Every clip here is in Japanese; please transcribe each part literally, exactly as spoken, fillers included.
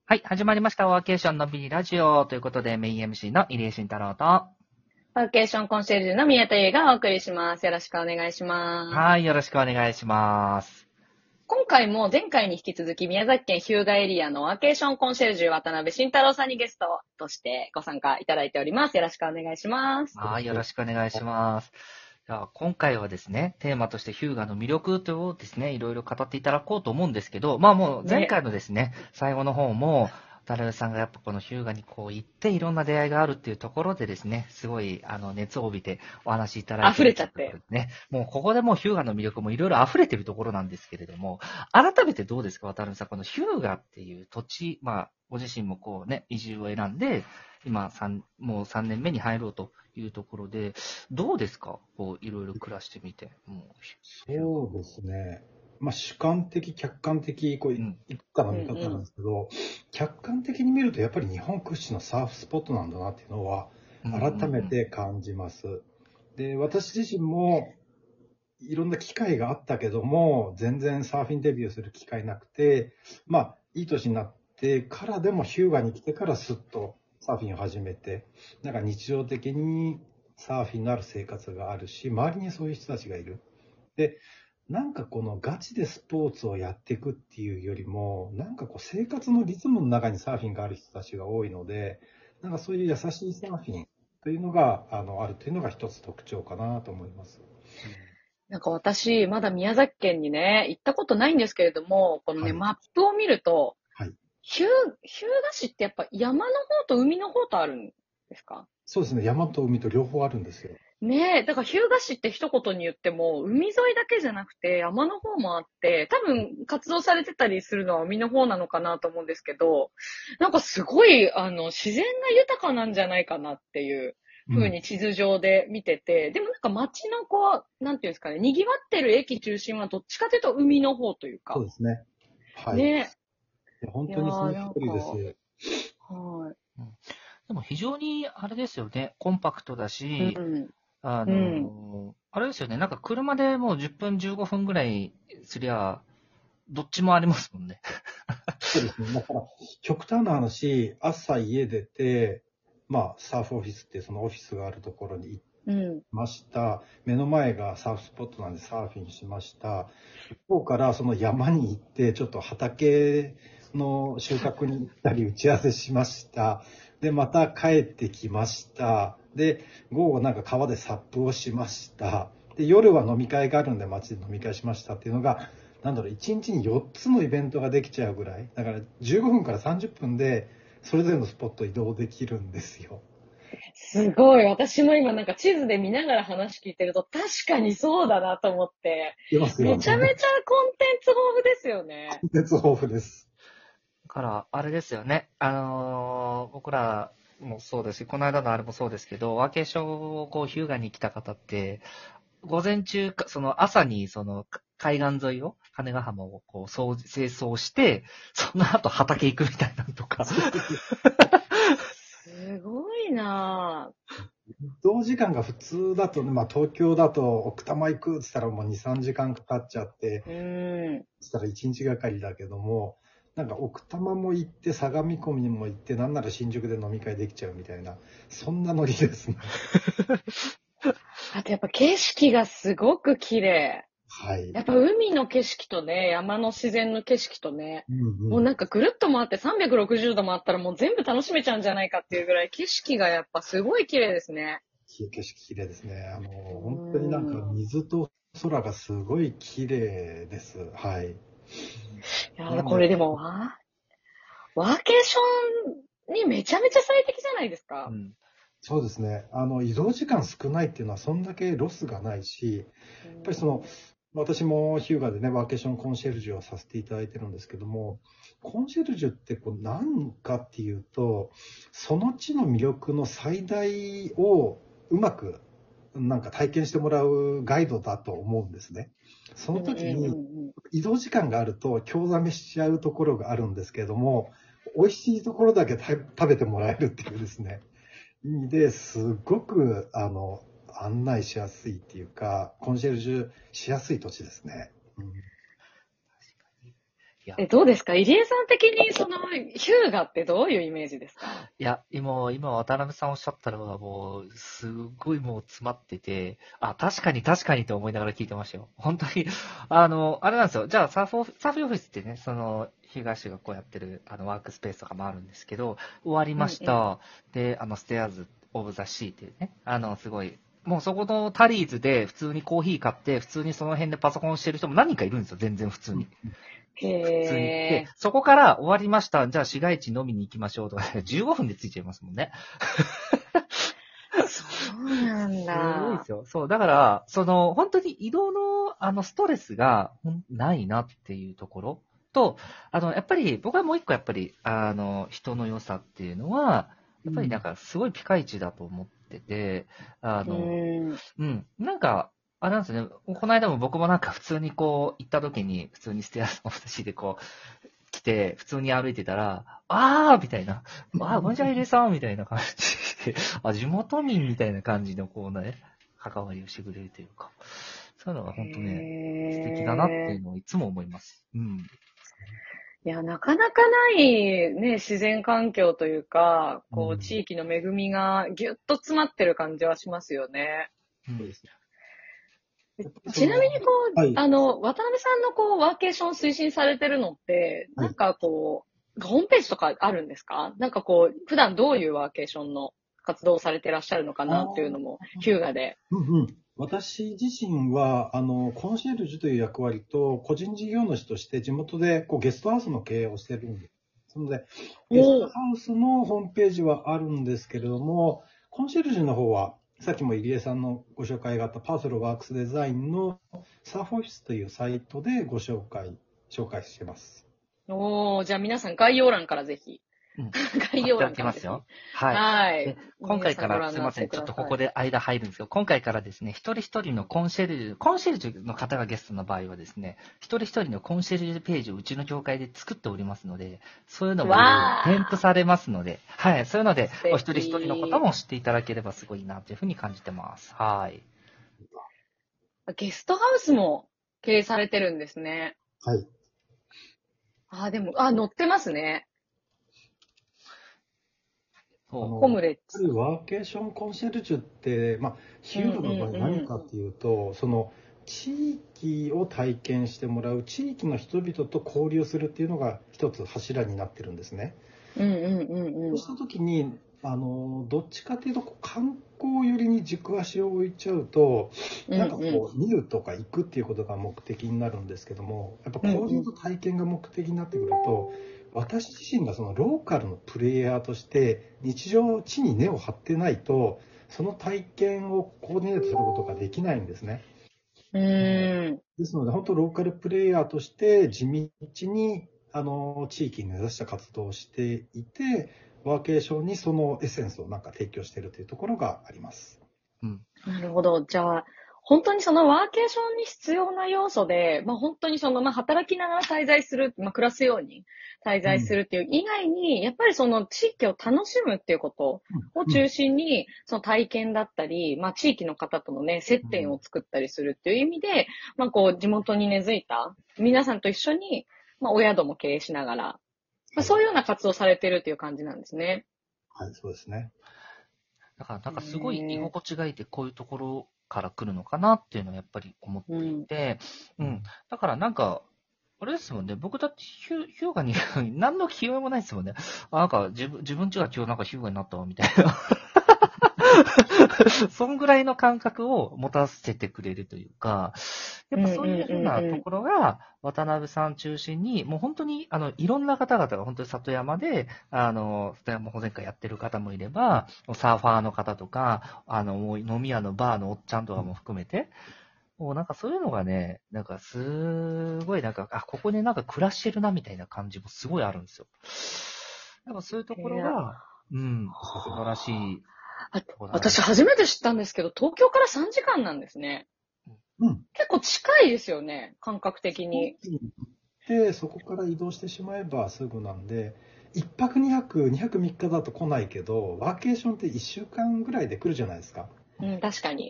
はい、始まりました。ワーケーションの B ラジオということで、メイン エムシー の入江慎太郎と、 ワーケーションコンシェルジュの宮田優がお送りします。よろしくお願いします。 はい、よろしくお願いします。 今回も前回に引き続き宮崎県日向エリアのワーケーションコンシェルジュ渡辺慎太郎さんにゲストとしてご参加いただいております。よろしくお願いします。 はい、よろしくお願いします。じゃあ、今回はですね、テーマとしてヒューガの魅力というをですね、いろいろ語っていただこうと思うんですけど、まあもう前ね。 回のですね、最後の方も、渡辺さんがやっぱこのヒューガにこう行っていろんな出会いがあるっていうところでですね、すごいあの熱を帯びてお話しいただいて溢いるというとこれちゃって。 ろですね。もうここでもうヒューガの魅力もいろいろ溢れているところなんですけれども、改めてどうですか、渡辺さん。このヒューガっていう土地、まあご自身もこうね、移住を選んで、今三もうさんねんめに入ろうというところで、どうですかこういろいろ暮らしてみて。もうヒューガ。 そうですね。まあ、主観的、客観的、こう、いうん。 いくつかのうん見方なんうん。 ですけど、客観的に見ると、やっぱり日本屈指のサーフスポットなんだなっていうのは、 うんうんう改めん。 て感じます。で、私自身も、いろんな機会があったけども、全然サーフィンデビューする機会なくて、まあ、いい年になってからでもヒューガに来てからスッとサーフィンを始めて、なんか日常的にサーフィンのある生活があるし、周りにそういう人たちがいる。で、なんかこのガチでスポーツをやっていくっていうよりも、なんかこう生活のリズムの中にサーフィンがある人たちが多いので、なんかそういう優しいサーフィンというのが、あの、あるというのが一つ特徴かなと思います。 なんか私、まだ宮崎県にね、行ったことないんですけれども、このね、 はい。 マップを見ると、 はい。 ヒュー、ヒューガ市ってやっぱ山の方と海の方とあるんですか？ そうですね。山と海と両方あるんですよ。 ねえ、だから日向市って一言に言っても、海沿いだけじゃなくて山の方もあって、多分活動されてたりするのは海の方なのかなと思うんですけど、なんかすごい、あの、自然が豊かなんじゃないかなっていううん。 風に地図上で見てて、でもなんか街のこう、なんていうんですかね、賑わってる駅中心はどっちかというと海の方というか、 そうですね。はい。いねや本え、いや当にそのーなんか、 通りです。 はい。 うん。でも非常にあれですよね、コンパクトだうし、 ん。 あうん。 の、あれですよね、なんか車でもうじゅっぷんじゅうごふんぐらいすりゃ、どっちもありますもんね。 そうですね。だから、極端な話、朝家出て、まあ、サーフオフィスっていうそのオフィスがあるところに行っうん。 ました。目の前がサーフスポットなんでサーフィンしました。一方からその山に行って、ちょっと畑の収穫に行ったり打ち合わせしました。で、また帰ってきました。で、午後なんか川でサップをしました。で、夜は飲み会があるんで街で飲み会しましたっていうのが、なんだろう、いちにちによっつのイベントができちゃうぐらい。だからじゅうごふんからさんじゅっぷんで、それぞれのスポット移動できるんですよ。 すごい。私も今なんか地図で見ながら話聞いてると確かにそうだなと思って、 出ますよめちゃめね。 ちゃコンテンツ豊富ですよね。 熱豊富です。 だから、あれですよね、あのー僕らもそうですし、この間のあれもそうですけど、ワーケーションをこう、ヒューガに来た方って、午前中か、その朝にその海岸沿いを、羽ヶ浜をこう、掃除清掃して、その後畑行くみたいなのとか。 すごいな移動時間が普通だとね、まあ東京だと奥多摩行くって言ったらもうに、さんじかんかかっちゃって、 ぁ。うーん。 そしたらいちにちがかりだけども、なんか奥多摩も行って、相模湖にも行って、なんなら新宿で飲み会できちゃうみたいな、そんなノリですね。 あとやっぱ景色がすごく綺麗。 はい。 やっぱ海の景色とね、山の自然の景色とね、 うんうん。 もうなんかぐるっと回ってさんびゃくろくじゅうど回ったらもう全部楽しめちゃうんじゃないかっていうぐらい景色がやっぱすごい綺麗ですね。 景色綺麗ですね。あの、 う本当になんかーん。 水と空がすごい綺麗です。はい。 いや、 なので、 これでもワー、ワーケーションにめちゃめちゃ最適じゃないですか。 うん。 そうですね。あの、移動時間少ないっていうのは、そんだけロスがないし、やっうぱりその、 ん。 私もヒューガでね、ワーケーションコンシェルジュをさせていただいてるんですけども、コンシェルジュってこう何かっていうと、その地の魅力の最大をうまくなんか体験してもらうガイドだと思うんですね。そのうんうん時にうん移動時間があると興ざめしちゃうところがあるんですけれども、美味しいところだけ食べてもらえるっていうですね、意味ですごく、あの、案内しやすいっていうか、コンシェルジュしやすい土地ですね。うん、 や。 え、どうですか入江さん的に、その、ヒューガってどういうイメージですか？ いや、今、今渡辺さんおっしゃったのはもう、すごいもう詰まってて、あ、確かに確かにと思いながら聞いてましたよ。本当に、あの、あれなんですよ。じゃあサーフオフ、サーフオフィスってね、その、東がこうやってる、あの、ワークスペースとかもあるんですけど、終わりましうんうん。 た。で、あの、ステアーズ・オブ・ザ・シーっていうね、あの、すごい、もうそこのタリーズで普通にコーヒー買って、普通にその辺でパソコンしてる人も何人かいるんですよ。全然普通に。 へ普通に。で、 え。 そこから終わりました。じゃあ市街地飲みに行きましょうとか、じゅうごふんで着いちゃいますもんね。 そうなんすごいでだ。 すよ。そう。だから、その、本当に移動の、あの、ストレスがほんないなっていうところと、あの、やっぱり、僕はもう一個やっぱり、あの、人の良さっていうのは、やっぱりなんか、すごいピカイチだと思ってて、あうの、 ーん。 うん。なんか、あれなんですよね。この間も僕もなんか普通にこう、行った時に、普通にステアスの私でこう、来て、普通に歩いてたら、あーみたいな。あー、こんにちは、入江さんみたいな感じで、あ、地元民みたいな感じのこうね、関わりをしてくれるというか、そういうのが本当ね、素敵だなっていうへえ。 のをいつも思います。うん。 いや、なかなかないね、自然環境というか、こう、 うん。 地域の恵みがぎゅっと詰まってる感じはしますよね。 うん。 そうです。やっぱりその、 ちなみに、こう、 はい、 あの、渡辺さんのこう、ワーケーション推進されてるのって、 はい。 なんかこう、ホームページとかあるんですか？なんかこう、普段どういうワーケーションの活動をされてらっしゃるのかあなっていうのあ、 も、ヒューガで。 うんうん。私自身は、あの、コンシェルジュという役割と、個人事業主として地元でこうゲストハウスの経営をしてるんです。なので、ゲストおー。 ハウスのホームページはあるんですけれども、コンシェルジュの方は、さっきも入江さんのご紹介があったパーソルワークスデザインのサーフオフィスというサイトでご紹介、紹介しています。 おー、じゃあ皆さん概要欄からぜひ、 うん。 概要貼ってお欄からぜひ、 きますよ。はい。で、 はい。 今回から、 皆さんご覧すいません。 になってくちょっださい。 とここで間入るんですけど、今回からですね、一人一人のコンシェルジュ、コンシェルジュの方がゲストの場合はですね、一人一人のコンシェルジュページをうちの協会で作っておりますので、そういうのもいろいろ添付わされますので、はい。そういうので、 ー、素お一人一人の方敵。 も知っていただければすごいなというふうに感じてます。はい。 ゲストハウスも経営されてるんですね。 はい。 あー、でも、あ、載ってますね。 そう。 ホあの、やっムレッツ。 ぱりワーケーションコンシェルジュって、まあ、ヒューガの場合何かっていうと、その、地域を体験してもらう、地域の人々と交流するっていうのが一つ柱になってるんですね。 うんうんうんうん。 そうした時に、あの、どっちかというと、こう観光寄りに軸足を置いちゃうと、 うんなんかうん。 こう、見るとか行くっていうことが目的になるんですけども、やっぱうん交流と体験が目的になってくると、私自身がそのローカルのプレイヤーとして日常地に根を張ってないと、その体験をコーディネートすることができないんですね。 うん。うーん。 ですので、本当ローカルプレイヤーとして地道にあの地域に根ざした活動をしていて、ワーケーションにそのエッセンスをなんか提供しているというところがあります。 うん。 なるほど。じゃあ、本当にそのワーケーションに必要な要素で、まあ本当にその、まあ働きながら滞在する、まあ暮らすように滞在すうん。 るっていう以外に、やっぱりその地域を楽しむっていうことをうん。 中心に、その体験だったり、まあ地域の方とのね、接点を作ったりするっていう意味で、まあこう地元に根付いた皆さんと一緒に、まあお宿も経営しながら、まあはい。 そういうような活動をされてるっていう感じなんですね。 はい、そうですね。 だから、なんかすごい居へ心地がいいってこういうところから来るのかなっていうのはやっぱり思っー。うていん。 て、ううん。 ん。だからなんか、あれですもんね。僕だってヒュ、ヒューガに何の気負いもないですもんね。あ、なんか自分、自分ちが今日なんかヒューガになったわ、みたいな。そんぐらいの感覚を持たせてくれるというか、やっぱそういうふうなところが、渡辺さん中心に、もう本当に、あの、いろんな方々が本当に里山で、あの、里山保全会やってる方もいれば、サーファーの方とか、あの、もう飲み屋のバーのおっちゃんとかも含めて、もうなんかそういうのがね、なんかすごいなんか、あ、ここになんか暮らしてるなみたいな感じもすごいあるんですよ。やっぱそういうとこいや、 ろが、うん、素晴らしいあ、 ところだな。 私初めて知ったんですけど、東京からさんじかんなんですね。 うん。 結構近いですよね、感覚的に。 で、そこから移動してしまえばすぐなんで、いっぱくにはく、にはくみっかだと来ないけど、ワーケーションっていっしゅうかんぐらいで来るじゃないですか。 うん、確かに。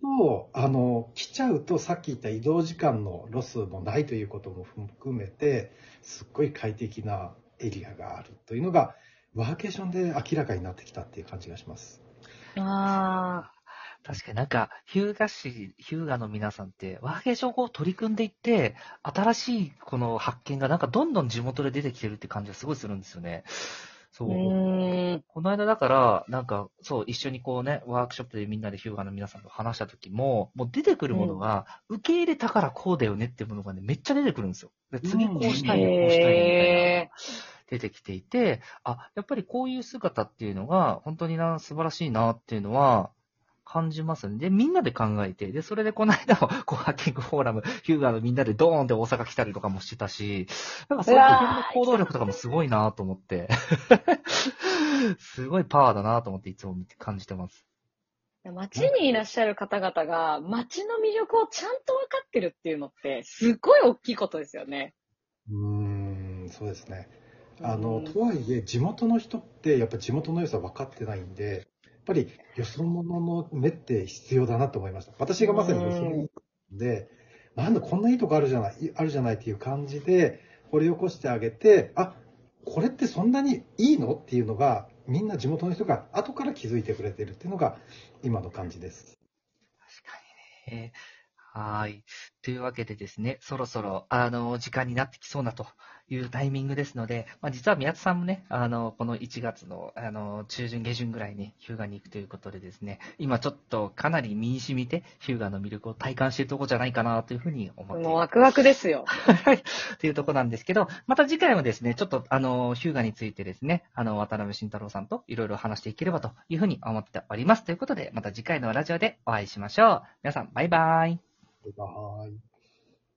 と、あの、来ちゃうとさっき言った移動時間のロスもないということも含めて、すっごい快適なエリアがあるというのが、ワーケーションで明らかになってきたっていう感じがします。 あ確かになんか、日向市、日向の皆さんって、ワーケーションを取り組んでいって、新しいこの発見がなんかどんどん地元で出てきてるって感じがすごいするんですよね。そー。うう。 ーん。 この間だから、なんか、そう、一緒にこうね、ワークショップでみんなでヒューガの皆さんと話した時も、もう出てくるものが、受け入れたからこうだよねっていうものがね、めっちゃ出てくるんですよ。で次こうしたいね、こうしたいね、みたいな。 へ出てきていて、あ、やっぱりこういう姿っていうのが、本当にな、素晴らしいなっていうのは、感じますんで、みんなで考えて、で、それでこの間も、コワーキングフォーラム、ヒューガのみんなでドーンって大阪来たりとかもしてたし、なんかそういう自分の行動力とかもすごいなと思って、すごいパワーだなと思っていつも見て感じてます。 ー。街にいらっしゃる方々が街の魅力をちゃんと分かってるっていうのって、すごい大きいことですよね。 うーん、そうですね。あの、 うんとはいえ、地元の人って、やっぱ地元の良さ分かってないんで、やっぱりよそ者の目って必要だなと思いました。私がまさによそ者で、なんだこんないいとこあるじゃない、あるじゃないっていう感じで、掘り起こしてあげて、あ、これってそんなにいいのっていうのが、みんな地元の人が後から気づいてくれてるっていうのが、今の感じです。 確かにね。はーい。というわけでですね、そろそろ、あの、時間になってきそうなというタイミングですので、まあ、実は宮田さんもね、あの、このいちがつの、あの、中旬、下旬ぐらいにヒューガに行くということでですね、今ちょっとかなり身に染みて、ヒューガの魅力を体感しているところじゃないかなというふうに思っています。 もうワクワクですよ。 はい。というところなんですけど、また次回もですね、ちょっと、あの、ヒューガについてですね、あの、渡辺慎太郎さんといろいろ話していければというふうに思っております。ということで、また次回のラジオでお会いしましょう。皆さん、バイバイ。 バイバイ。